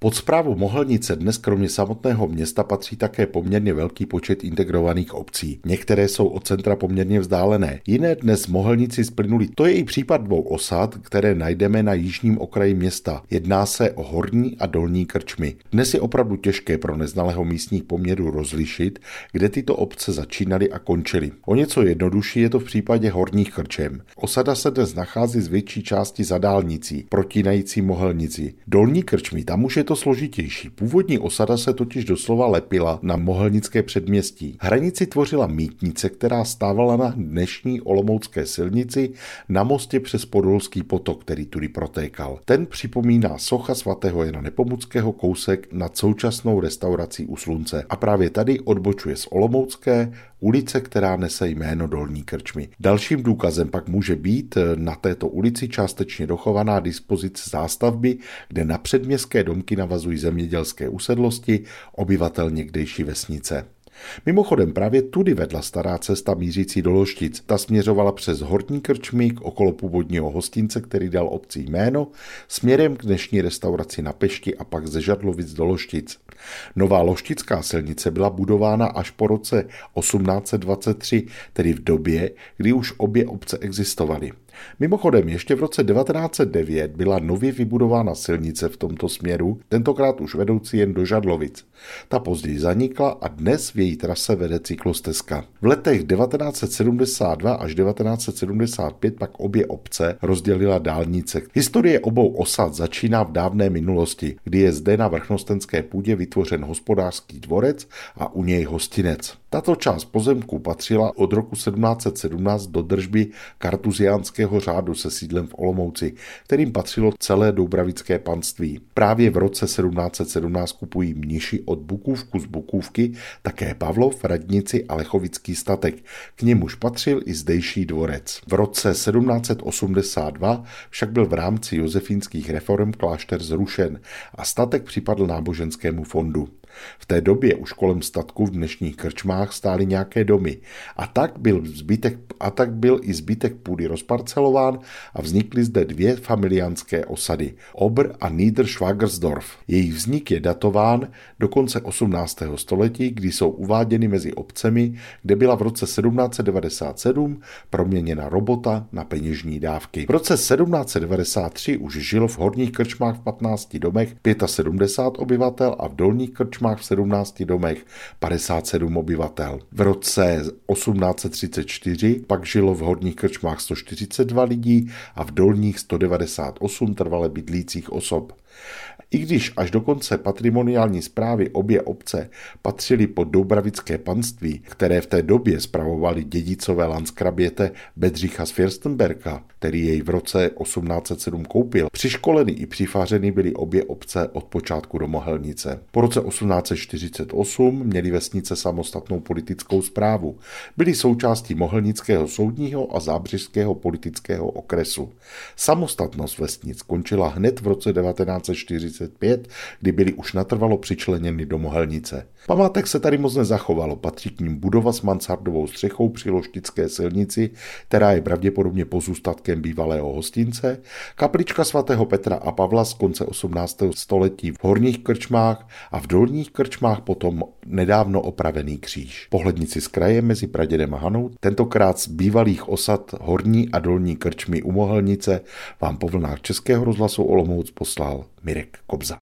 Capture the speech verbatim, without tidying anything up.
Pod správu Mohelnice dnes kromě samotného města patří také poměrně velký počet integrovaných obcí. Některé jsou od centra poměrně vzdálené, jiné dnes Mohelnici splynuli. To je i případ dvou osad, které najdeme na jižním okraji města. Jedná se o Horní a Dolní Krčmy. Dnes je opravdu těžké pro neznalého místních poměrů rozlišit, kde tyto obce začínaly a končily. O něco jednodušší je to v případě Horních Krčem. Osada se dnes nachází z větší části za dálnicí, protínající Mohelnici. Dolní Krčmy, tam už je to složitější. Původní osada se totiž doslova lepila na mohelnické předměstí. Hranici tvořila mýtnice, která stávala na dnešní olomoucké silnici na mostě přes Podolský potok, který tudy protékal. Ten připomíná socha svatého Jana Nepomuckého kousek nad současnou restaurací U Slunce. A právě tady odbočuje z Olomoucké ulice, která nese jméno Dolní Krčmy. Dalším důkazem pak může být na této ulici částečně dochovaná dispozice zástavby, kde na předměstské domky navazují zemědělské usedlosti obyvatel někdejší vesnice. Mimochodem právě tudy vedla stará cesta mířící do Loštic. Ta směřovala přes Horní Krčmy okolo původního hostince, který dal obci jméno, směrem k dnešní restauraci na Pešti a pak ze Žadlovic do Loštic. Nová loštická silnice byla budována až po roce osmnáct set dvacet tři, tedy v době, kdy už obě obce existovaly. Mimochodem ještě v roce devatenáct set devět byla nově vybudována silnice v tomto směru, tentokrát už vedoucí jen do Žadlovic. Ta později zanikla a dnes v její trase vede cyklostezka. V letech devatenáct set sedmdesát dva až devatenáct set sedmdesát pět pak obě obce rozdělila dálnice. Historie obou osad začíná v dávné minulosti, kdy je zde na vrchnostenské půdě vytvořen hospodářský dvorec a u něj hostinec. Tato část pozemku patřila od roku sedmnáct set sedmnáct do držby kartuziánského řádu se sídlem v Olomouci, kterým patřilo celé doubravické panství. Právě v roce sedmnáct set sedmnáct kupují mniši od Bukůvku z Bukůvky také Pavlov, radnici a lechovický statek. K němuž patřil i zdejší dvorec. V roce sedmnáct set osmdesát dva však byl v rámci josefínských reform klášter zrušen a statek připadl náboženskému fondu. V té době už kolem statku v dnešních krčmách stály nějaké domy a tak byl, zbytek, a tak byl i zbytek půdy rozparcelován a vznikly zde dvě familiánské osady, Obr a Niederschwagersdorf. Jejich vznik je datován do konce osmnáctého století, kdy jsou uváděny mezi obcemi, kde byla v roce sedmnáct set devadesát sedm proměněna robota na peněžní dávky. V roce sedmnáct set devadesát tři už žilo v Horních Krčmách v patnácti domech sedmdesát pět obyvatel a v Dolních Krčmách v sedmnácti domech padesát sedm obyvatel. V roce osmnáct set třicet čtyři pak žilo v Horních Krčmách sto čtyřicet dva lidí a v Dolních sto devadesát osm trvale bydlících osob. I když až do konce patrimoniální správy obě obce patřily pod doubravické panství, které v té době spravovali dědicové landskraběte Bedřicha z Fürstenberga, který jej v roce osmnáct set sedm koupil, přiškoleny i přifařeny byly obě obce od počátku do Mohelnice. Po roce osmnáct set čtyřicet osm měly vesnice samostatnou politickou správu. Byly součástí Mohelnického soudního a zábřežského politického okresu. Samostatnost vesnic končila hned v roce devatenáct set čtyřicet pět, kdy byly už natrvalo přičleněny do Mohelnice. Památek se tady moc nezachovalo, patří k ním budova s mansardovou střechou při Loštické silnici, která je pravděpodobně pozůstatkem bývalého hostince, kaplička svatého Petra a Pavla z konce osmnáctého století v Horních Krčmách a v Dolních Krčmách potom nedávno opravený kříž. Pohlednici z kraje mezi Pradědem a Hanou, tentokrát z bývalých osad Horní a Dolní Krčmy u Mohelnice, vám po vlnách Českého rozhlasu Olomouc poslal Mirek Kobza.